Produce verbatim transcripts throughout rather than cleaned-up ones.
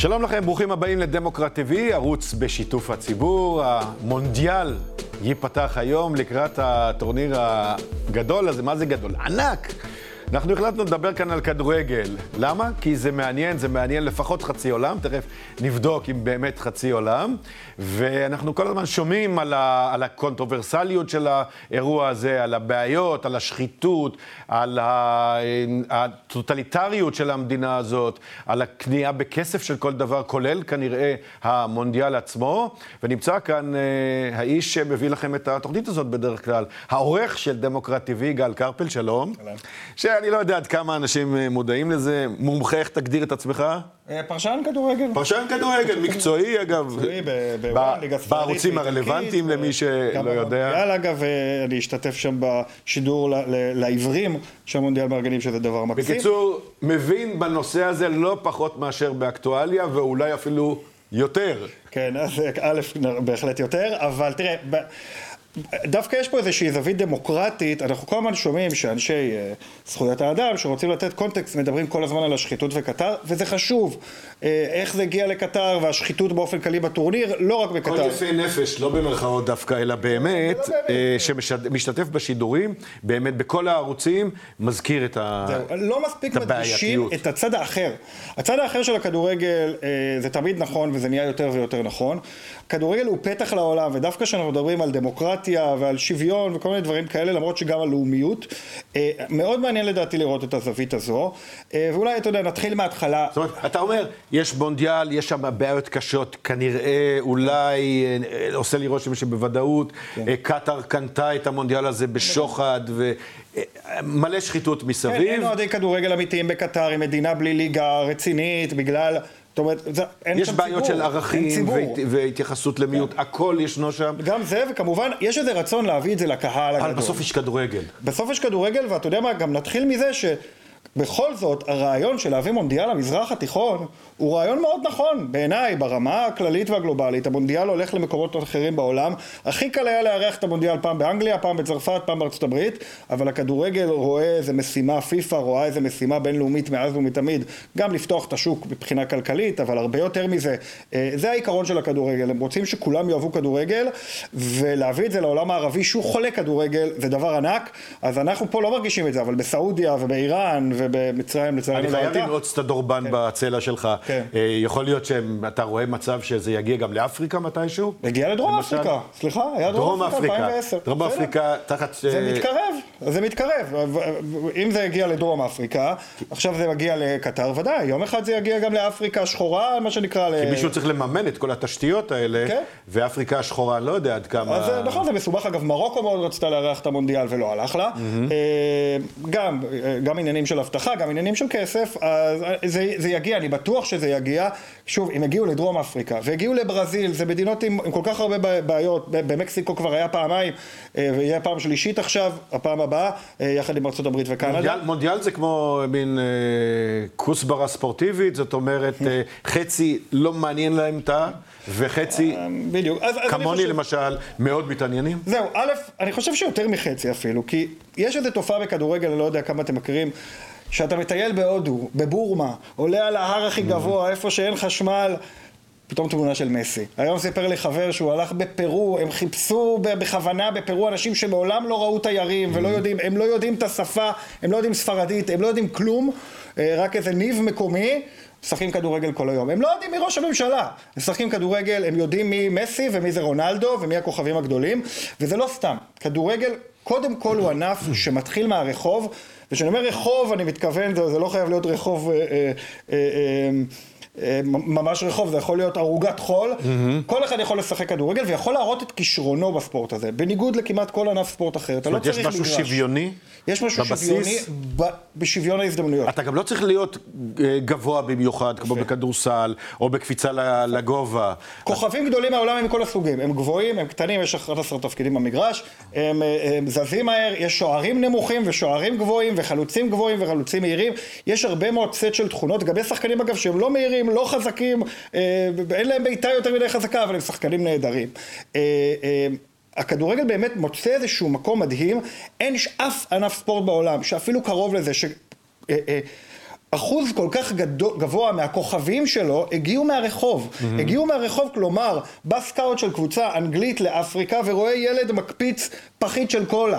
שלום לכם, ברוכים הבאים לדמוקרט טי וי, ערוץ בשיתוף הציבור. המונדיאל ייפתח היום לקראת הטורניר הגדול הזה. מה זה גדול? ענק! אנחנו החלטנו לדבר כאן על כדורגל. למה? כי זה מעניין, זה מעניין לפחות חצי עולם. תכף נבדוק אם באמת חצי עולם. ואנחנו כל הזמן שומעים על, ה, על הקונטרוברסליות של האירוע הזה, על הבעיות, על השחיתות, על ה, הטוטליטריות של המדינה הזאת, על הקנייה בכסף של כל דבר, כולל כנראה המונדיאל עצמו. ונמצא כאן אה, האיש שמביא לכם את התוכנית הזאת בדרך כלל, העורך של דמוקרט טי וי, גל קרפל, שלום. שלום. אני לא יודע עד כמה אנשים מודעים לזה. מומחה, איך תגדיר את עצמך? פרשן כדורגל. פרשן כדורגל, מקצועי אגב. מקצועי, בערוצים הרלוונטיים למי שלא יודע. במונדיאל אגב, אני אשתתף שם בשידור לעברים שהמונדיאל מארגנים, שזה דבר מקסים. בקיצור, מבין בנושא הזה לא פחות מאשר באקטואליה, ואולי אפילו יותר. כן, אז א', בהחלט יותר, אבל תראה, דווקא יש פה איזושהי זווית דמוקרטית. אנחנו כל הזמן שומעים שאנשי uh, זכויות האדם שרוצים לתת קונטקסט מדברים כל הזמן על השחיתות וקטר, וזה חשוב. Uh, איך זה הגיע לקטר והשחיתות באופן כללי בטורניר, לא רק בקטר. כל יפי נפש, לא במרכאות דווקא, אלא באמת, לא באמת. Uh, שמשתתף בשידורים, באמת בכל הערוצים, מזכיר את הבעייתיות. לא מספיק מדגישים את הצד האחר. הצד האחר של הכדורגל, uh, זה תמיד נכון, וזה נהיה יותר ויותר נכון. כדורגל הוא פתח לעולם, ודווקא כשאנחנו מדברים על דמוקרטיה ועל שוויון וכל מיני דברים כאלה, למרות שגם על לאומיות, מאוד מעניין לדעתי לראות את הזווית הזו, ואולי, אתה יודע, נתחיל מההתחלה. זאת אומרת, אתה אומר, יש מונדיאל, יש שם בעיות קשות, כנראה, אולי, עושה לי רושם שבוודאות, קטר קנתה את המונדיאל הזה בשוחד, ומלא שחיתות מסביב. כן, אין אוהדי כדורגל אמיתיים בקטר, עם מדינה בלי ליגה רצינית, בגלל... זאת אומרת, יש בעיות של ערכים והתייחסות למיעוט, הכל ישנו שם. גם זה, וכמובן, יש איזה רצון להביא את זה לקהל הגדול. בסוף יש כדורגל. בסוף יש כדורגל, ואתה יודע מה, גם נתחיל מזה ש... בכל זאת, הרעיון של להביא מונדיאל למזרח התיכון הוא רעיון מאוד נכון. בעיניי, ברמה הכללית והגלובלית, המונדיאל הולך למקומות אחרים בעולם. הכי קל היה לארח את המונדיאל פעם באנגליה, פעם בצרפת, פעם בארצות הברית, אבל הכדורגל רואה איזה משימה, פיפה רואה איזה משימה בינלאומית מאז ומתמיד, גם לפתוח את השוק מבחינה כלכלית, אבל הרבה יותר מזה. זה העיקרון של הכדורגל. הם רוצים שכולם יאהבו כדורגל, ולהביא את זה לעולם הערבי שהוא חולה כדורגל, זה דבר ענק. אז אנחנו פה לא מרגישים את זה, אבל בסעודיה ובאיראן ובמצרים לצערנו אני חייב לראות את הדורבן בצלע שלך. יכול להיות שאתה רואה מצב שזה יגיע גם לאפריקה מתישהו? יגיע לדרום אפריקה, סליחה, היה דרום אפריקה אלפיים ועשר. דרום אפריקה תחת... זה מתקרב, זה מתקרב. אם זה יגיע לדרום אפריקה, עכשיו זה מגיע לקטר, ודאי, יום אחד זה יגיע גם לאפריקה השחורה, מה שנקרא... כי מישהו צריך לממן את כל התשתיות האלה, ואפריקה השחורה לא יודע עד כמה... אז נכון, זה מסובך. אגב, מרוקו מאוד רצתה לארח את המונדיאל ולא הלך לה. גם, גם עניינים של הבטחה, גם עניינים של כסף, אז זה, זה יגיע, אני בטוח שזה יגיע. שוב, אם הגיעו לדרום אפריקה, והגיעו לברזיל, זה מדינות עם, עם כל כך הרבה בעיות, במקסיקו כבר היה פעמיים, ויהיה פעם שלישית עכשיו, הפעם הבאה, יחד עם ארצות הברית וקנדה. מונדיאל, מונדיאל זה כמו מין אה, כוסברה ספורטיבית, זאת אומרת, אה, חצי לא מעניין להם תא, וחצי, בדיוק. אז, כמוני חושב... למשל, מאוד מתעניינים. זהו, א', אני חושב שיותר מחצי אפילו, כי יש איזו תופעה בכדורגל, אני לא יודע כמה אתם מכירים, שאתה מטייל בהודו, בבורמה, עולה על ההר הכי גבוה, איפה שאין חשמל, פתאום תמונה של מסי. היום סיפר לי חבר שהוא הלך בפרו, הם חיפשו בכוונה בפרו אנשים שמעולם לא ראו תיירים, ולא יודעים, הם לא יודעים את השפה, הם לא יודעים ספרדית, הם לא יודעים כלום, רק איזה ניב מקומי, משחקים כדורגל כל היום. הם לא יודעים מי ראש הממשלה. הם משחקים כדורגל, הם יודעים מי מסי ומי זה רונלדו ומי הכוכבים הגדולים, וזה לא סתם. כדורגל, קודם כל הוא ענף שמתחיל מהרחוב, וכשאני אומר רחוב, אני מתכוון, זה, זה לא חייב להיות רחוב... אה, אה, אה, אה, ממש רחוב, זה יכול להיות ערוגת חול, mm-hmm. כל אחד יכול לשחק כדורגל ויכול להראות את כישרונו בספורט הזה, בניגוד לכמעט כל ענף ספורט אחר. אתה לא צריך יש משהו מגרש. שוויוני? יש משהו בבסיס? שוויוני ב, בשוויון ההזדמנויות. אתה גם לא צריך להיות גבוה במיוחד, כמו בכדורסל, או בקפיצה לגובה. כוכבים גדולים מהעולם הם מכל הסוגים, הם גבוהים, הם קטנים, יש אחד עשר תפקידים במגרש, הם, הם זזים מהר, יש שוערים נמוכים ושוערים גבוהים וחלוצים גבוהים וחלוצים מהירים, יש הרבה מאוד סט של תכונות, לגבי שחקנים אגב שהם לא מהירים, לא חזקים, אין להם בעיטה יותר מדי חזקה, אבל הם שחקנים נהדרים. הכדורגל באמת מוצא איזשהו מקום מדהים, אין אף ענף ספורט בעולם שאפילו קרוב לזה, ש... אחוז כל כך גדול, גבוה מהכוכבים שלו הגיעו מהרחוב. Mm-hmm. הגיעו מהרחוב, כלומר, בא סקאוט של קבוצה אנגלית לאפריקה ורואה ילד מקפיץ פחית של קולה.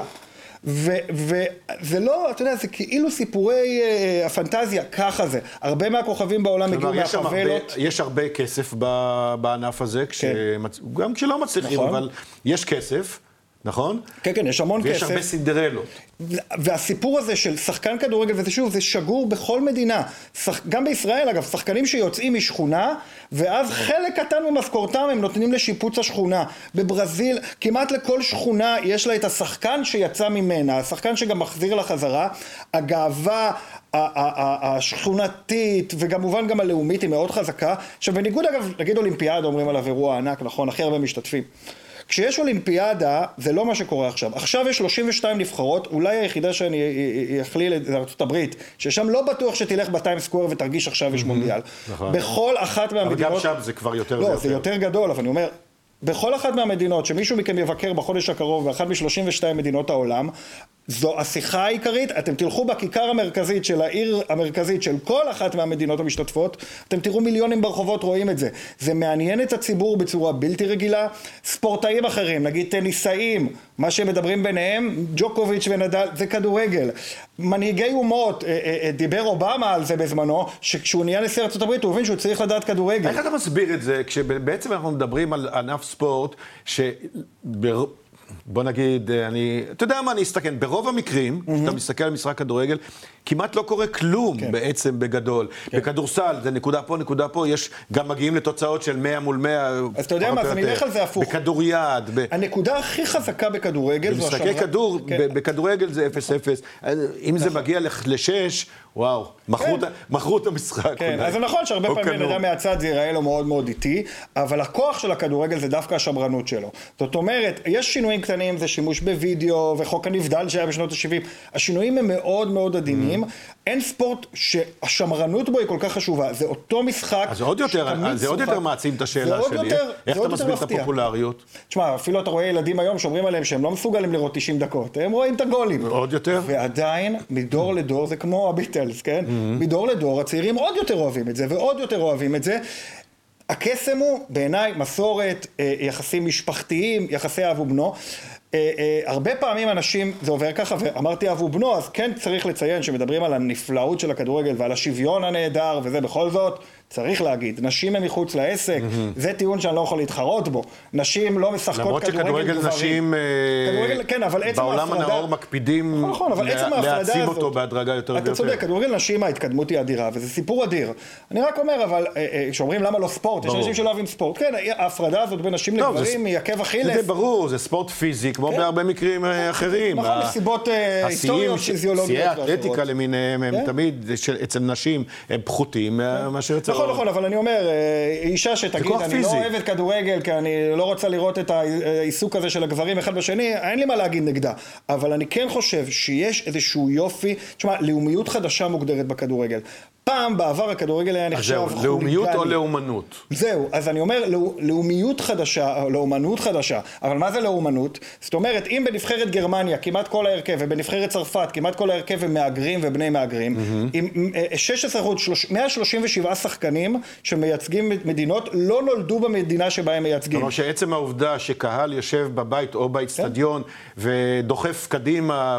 וזה לא, אתה יודע, זה כאילו סיפורי uh, הפנטזיה, ככה זה. הרבה מהכוכבים בעולם הגיעו מהחבלות. יש הרבה כסף בענף הזה, גם כשלא מצליחים, אבל יש כסף. נכון? כן, כן, יש המון ויש כסף. ויש הרבה סינדרלות. והסיפור הזה של שחקן כדורגל, וזה שוב, זה שגור בכל מדינה. שח... גם בישראל, אגב, שחקנים שיוצאים משכונה, ואז חלק קטן ממשכורתם הם נותנים לשיפוץ השכונה. בברזיל, כמעט לכל שכונה יש לה את השחקן שיצא ממנה, השחקן שגם מחזיר לחזרה. הגאווה השכונתית, וכמובן גם הלאומית, היא מאוד חזקה. עכשיו, בניגוד, אגב, נגיד אולימפיאדה, אומרים עליו אירוע ענק, נכון, הכי הרבה משתתפים. כשיש אולימפיאדה, זה לא מה שקורה עכשיו. עכשיו יש שלושים ושתיים נבחרות, אולי היחידה שאני אכליל את ארצות הברית, ששם לא בטוח שתלך בטיים סקוואר ותרגיש עכשיו יש מונדיאל. בכל אחת מהמדינות... אבל גם שם זה כבר יותר ויותר. לא, זה יותר גדול, אבל אני אומר, בכל אחת מהמדינות, שמישהו מכם יבקר בחודש הקרוב, באחת מ-שלושים ושתיים מדינות העולם, זו השיחה העיקרית, אתם תלכו בכיכר המרכזית של העיר המרכזית של כל אחת מהמדינות המשתתפות, אתם תראו מיליונים ברחובות רואים את זה. זה מעניין את הציבור בצורה בלתי רגילה. ספורטאים אחרים, נגיד טניסאים, מה שהם מדברים ביניהם, ג'וקוביץ' ונדל, זה כדורגל. מנהיגי אומות, דיבר אובמה על זה בזמנו, שכשהוא נהיה נשיא ארצות הברית, הוא הבין שהוא צריך לדעת כדורגל. איך אתה מסביר את זה, כשבעצם אנחנו מדברים על ענף ספורט, ש... בוא נגיד, אני, אתה יודע מה, אני אסתכן, ברוב המקרים, כשאתה מסתכל על משחק כדורגל, כמעט לא קורה כלום בעצם בגדול. בכדורסל, זה נקודה פה, נקודה פה, יש גם מגיעים לתוצאות של מאה מול מאה. אז אתה יודע מה, אז אני אלך על זה הפוך. בכדוריד. הנקודה הכי חזקה בכדורגל זו השמרה. במשחקי כדור, בכדורגל זה אפס אפס. אם זה מגיע לשש, וואו, מכרו את המשחק. כן, אז זה נכון שהרבה פעמים נדע מהצד זה ייראה לו מאוד מאוד איטי, אבל הכוח של הכדורגל זה דווקא השמרנות שלו. זאת אומרת, יש שינויים קטנים, זה שימוש בווידאו וחוק הנבדל שהיה בשנות ה-שבעים. השינויים הם מאוד מאוד עדינים. אין ספורט שהשמרנות בו היא כל כך חשובה. זה אותו משחק. אז זה עוד יותר מעצים את השאלה שלי. איך אתה מסביר את הפופולריות? תשמע, אפילו אתה רואה ילדים היום שאומרים עליהם שהם לא מסוגלים לראות תשעים דקות. הם רואים את הגולים. עוד יותר? ועדיין, מדור לדור, זה כמו הביטלס, כן? מדור לדור, הצעירים עוד יותר אוהבים את זה, ועוד יותר אוהבים את זה. הקסם הוא, בעיניי, מסורת, יחסים משפחתיים, יחסי אב ובנו. הרבה פעמים אנשים, זה עובר ככה, ואמרתי אב ובנו, אז כן צריך לציין שמדברים על הנפלאות של הכדורגל ועל השוויון הנהדר, וזה בכל זאת, צריך להגיד, נשים הם מחוץ לעסק, זה טיעון שאני לא יכול להתחרות בו. נשים לא משחקות כדורגל גברים. למרות שכדורגל נשים בעולם הנאור מקפידים להעצים אותו בהדרגה יותר ויותר. אתה צודק, כדורגל נשים ההתקדמות היא אדירה, וזה סיפור אדיר. אני רק אומר, אבל שאומרים למה לא ספורט, יש אנשים שלא אוהבים ספורט. כן, ההפרדה הזאת בין נשים לגברים היא עקב אכילס. זה ברור, זה ספורט פיזי, כמו בהרבה מקרים אחרים. נכון, מסיבות היסטוריות, פיזיולוגיות. שיאי אתלטיקה למיניהם, הם תמיד, אצל נשים, הם פחותים מאשר אצל נכון, נכון, אבל אני אומר, אישה שתגיד, אני לא אוהבת כדורגל, כי אני לא רוצה לראות את העיסוק הזה של הגברים אחד בשני, אין לי מה להגיד נגדה. אבל אני כן חושב שיש איזשהו יופי, תשמע, לאומיות חדשה מוגדרת בכדורגל. פעם בעבר הכדורגל היה נחשב חוליגני. לאומיות או לאומנות? זהו, אז אני אומר, לאומיות חדשה, לאומנות חדשה, אבל מה זה לאומנות? זאת אומרת, אם בנבחרת גרמניה כמעט כל ההרכב, ובנבחרת צרפת כמעט כל ההרכב הם מאגרים ובני מאגרים, עם שש עשרה אחוז, מאה שלושים ושבעה שחקנים שמייצגים מדינות, לא נולדו במדינה שבה הם מייצגים. כלומר שעצם העובדה שקהל יושב בבית או באצטדיון, ודוחף קדימה,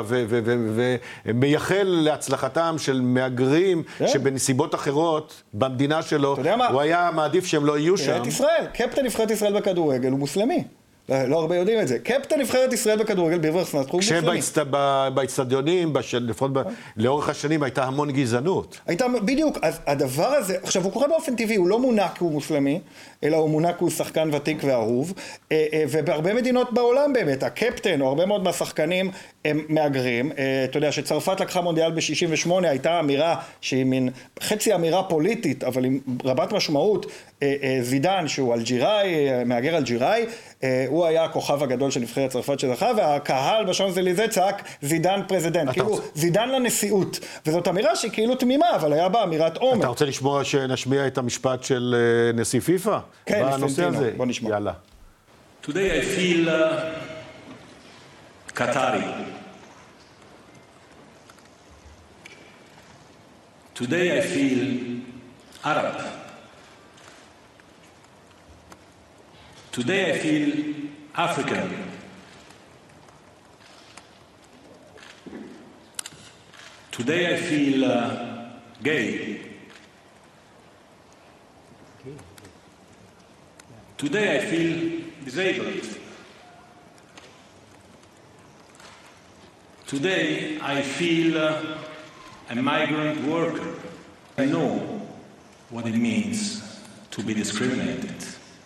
ומייחל להצלחתם של מאגרים, שבנסיבות אחרות, במדינה שלו, הוא היה מעדיף שהם לא יהיו שם. את ישראל, קפטן נבחרת ישראל בכדורגל הוא מוסלמי. לא הרבה יודעים את זה. קפטן נבחרת ישראל בכדורגל ביברסנט הוא מוסלמי. כשבאצטדיונים, לפחות לאורך השנים, הייתה המון גזענות. הייתה, בדיוק, אז הדבר הזה, עכשיו הוא קורה באופן טבעי, הוא לא מונע כי הוא מוסלמי, אלא הוא מונע כי הוא שחקן ותיק ואהוב, ובהרבה מדינות בעולם באמת, הקפטן או הרבה מאוד מהשחקנים הם מאגרים. אתה יודע שצרפת לקחה מונדיאל ב-שישים ושמונה, הייתה אמירה שהיא מין חצי אמירה פוליטית, אבל עם רבת משמעות. זידן שהוא אלג'יראי, מאגר אלג'יראי, הוא היה הכוכב הגדול של נבחרת צרפת שזכה, והקהל בשאנזליזה צעק זידן פרזידנט, כאילו זידן לנשיאות, וזאת אמירה שהיא כאילו תמימה, אבל היה בה אמירת עומק. אתה רוצה לשמוע שנשמיע את המשפט של נשיא פיפ"א? כן, פלנטינו, בוא נשמע. יאללה. Today I feel uh, Qatari. Today I feel Arab. Today I feel African. Today I feel uh, gay. Today I feel disabled. Today I feel uh, a migrant worker. I know what it means to be discriminated,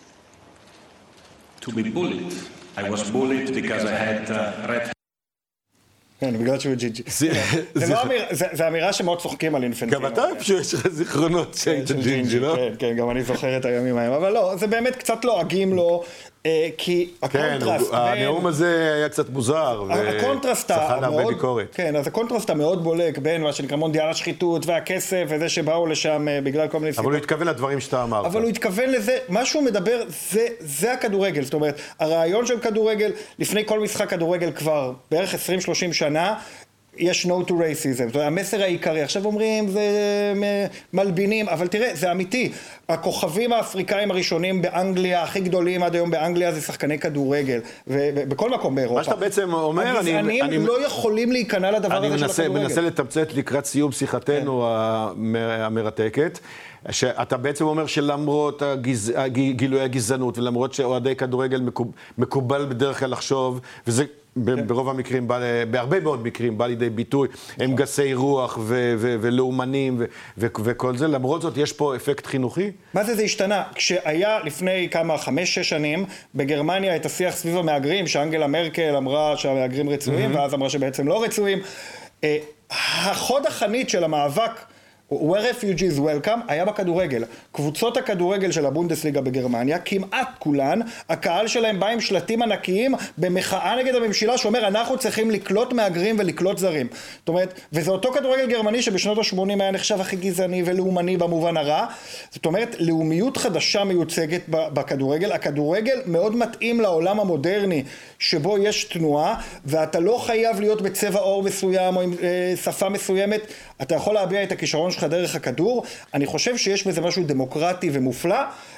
to be bullied. I was bullied because I had uh, red hair. כן, בגלל שהוא ג'י ג'י. זה אמירה שמאוד צוחקים על אינפנטינו. גם אתה פשוט יש לך זיכרונות שהיית ג'י ג'י, לא? כן, כן, גם אני זוכר את הימים ההם. אבל לא, זה באמת קצת לועגים לו, כי הקונטרסט... כן, הנאום הזה היה קצת מוזר, וצחה להרבה ביקורת. כן, אז הקונטרסט המאוד בולק בין מה שנקרא מונדיאל השחיתות והכסף, וזה שבאו לשם בגלל כל מיני סיבות. אבל הוא התכוון לדברים שאתה אמרת. אבל הוא התכוון לזה, מה שהוא מדבר, זה הכדורגל. זאת אומרת, הרעיון של כדורגל, לפני כל משחק כדורגל כבר בערך עשרים שלושים שנה, יש no to racism, זאת אומרת, המסר העיקרי, עכשיו אומרים, זה מלבינים, אבל תראה, זה אמיתי, הכוכבים האפריקאים הראשונים באנגליה, הכי גדולים עד היום באנגליה, זה שחקני כדורגל, ובכל מקום באירופה. מה שאתה בעצם אומר, אני... הגזענים אני, לא יכולים להיכנע לדבר הזה מנסה, של הכדורגל. אני מנסה לתמצת לקראת סיום שיחתנו כן. המרתקת, שאתה בעצם אומר שלמרות הגז... גילוי הגזענות, ולמרות שאוהדי כדורגל מקוב... מקובל בדרך כלל לחשוב, וזה... ברוב המקרים, בהרבה מאוד מקרים, בא לידי ביטוי, הם גסי רוח ולאומנים וכל זה, למרות זאת יש פה אפקט חינוכי? מה זה זה השתנה? כשהיה לפני כמה, חמש, שש שנים, בגרמניה את השיח סביב המהגרים, שאנגלה מרקל אמרה שהמהגרים רצויים, ואז אמרה שבעצם לא רצויים, החוד החנית של המאבק, where refugees welcome, היה בכדורגל. קבוצות הכדורגל של הבונדסליגה בגרמניה, כמעט כולן, הקהל שלהם בא עם שלטים ענקיים במחאה נגד הממשלה שאומר, אנחנו צריכים לקלוט מהגרים ולקלוט זרים. זאת אומרת, וזה אותו כדורגל גרמני שבשנות ה-שמונים היה נחשב הכי גזעני ולאומני במובן הרע. זאת אומרת, לאומיות חדשה מיוצגת בכדורגל. הכדורגל מאוד מתאים לעולם המודרני שבו יש תנועה, ואתה לא חייב להיות בצבע עור מסוים או עם אה, שפה מסוימת. אתה יכול להביע את הכישרון שלך דרך הכדור. אני חושב שיש בזה משהו דמוקרטי ומופלא.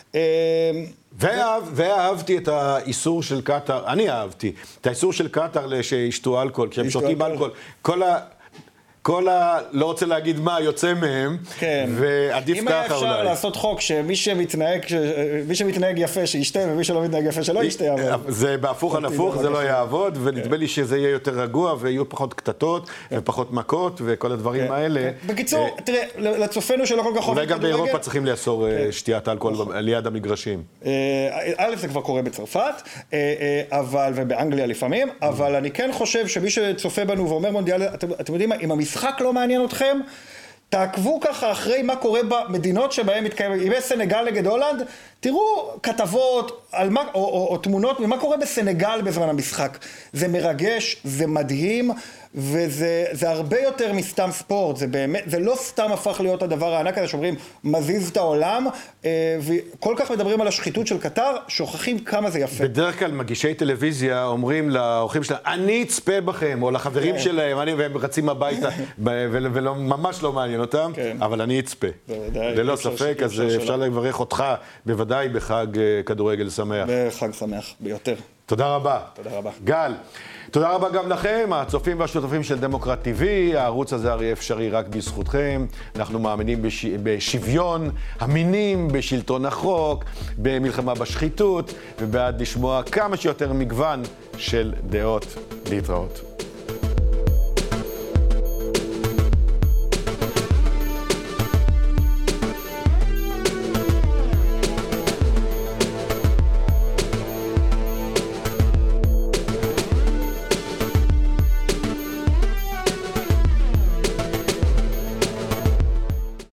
ואהבתי את האיסור של קטר, אני אהבתי, את האיסור של קטר שישתו אלכוהול, כשהם שותים אלכוהול. כל ה... כל ה... לא רוצה להגיד מה יוצא מהם, כן. ועדיף ככה אולי. אם היה אפשר לעשות חוק שמי שמתנהג, מי שמתנהג יפה שישתה, ומי שלא מתנהג יפה שלא ישתה. זה בהפוך על הפוך, זה לא יעבוד, ונדמה לי שזה יהיה יותר רגוע, ויהיו פחות קטטות, ופחות מכות, וכל הדברים האלה. בקיצור, תראה, לצופנו שלא כל כך חוב אולי גם באירופה צריכים לאסור שתיית אלכוהול ליד המגרשים. א', זה כבר קורה בצרפת, אבל, ובאנגליה לפעמים, אבל אני כן חושב שמי שצופה בנו ואומר מונדיאל, אתם יודעים מה, אם המשחק לא מעניין אתכם, תעקבו ככה אחרי מה קורה במדינות שבהם מתקיים, אם יש סנגל נגד הולנד, תראו כתבות על מה, או, או, או תמונות ממה קורה בסנגל בזמן המשחק. זה מרגש, זה מדהים, וזה זה הרבה יותר מסתם ספורט. זה באמת, זה לא סתם הפך להיות הדבר הענק הזה שאומרים, מזיז את העולם, וכל כך מדברים על השחיתות של קטר, שוכחים כמה זה יפה. בדרך כלל מגישי טלוויזיה אומרים לאורחים שלהם, אני אצפה בכם, או לחברים שלהם, אני, והם רצים הביתה, וממש לא מעניין אותם, אבל אני אצפה. ללא ספק, אז אפשר לברך אותך בוודאי בחג כדורגל שמח. בחג שמח ביותר. תודה רבה. תודה רבה. גל. תודה רבה גם לכם, הצופים והשותפים של דמוקרט טי וי. הערוץ הזה הרי אפשרי רק בזכותכם. אנחנו מאמינים בש... בשוויון המינים, בשלטון החוק, במלחמה בשחיתות, ובעד לשמוע כמה שיותר מגוון של דעות. להתראות.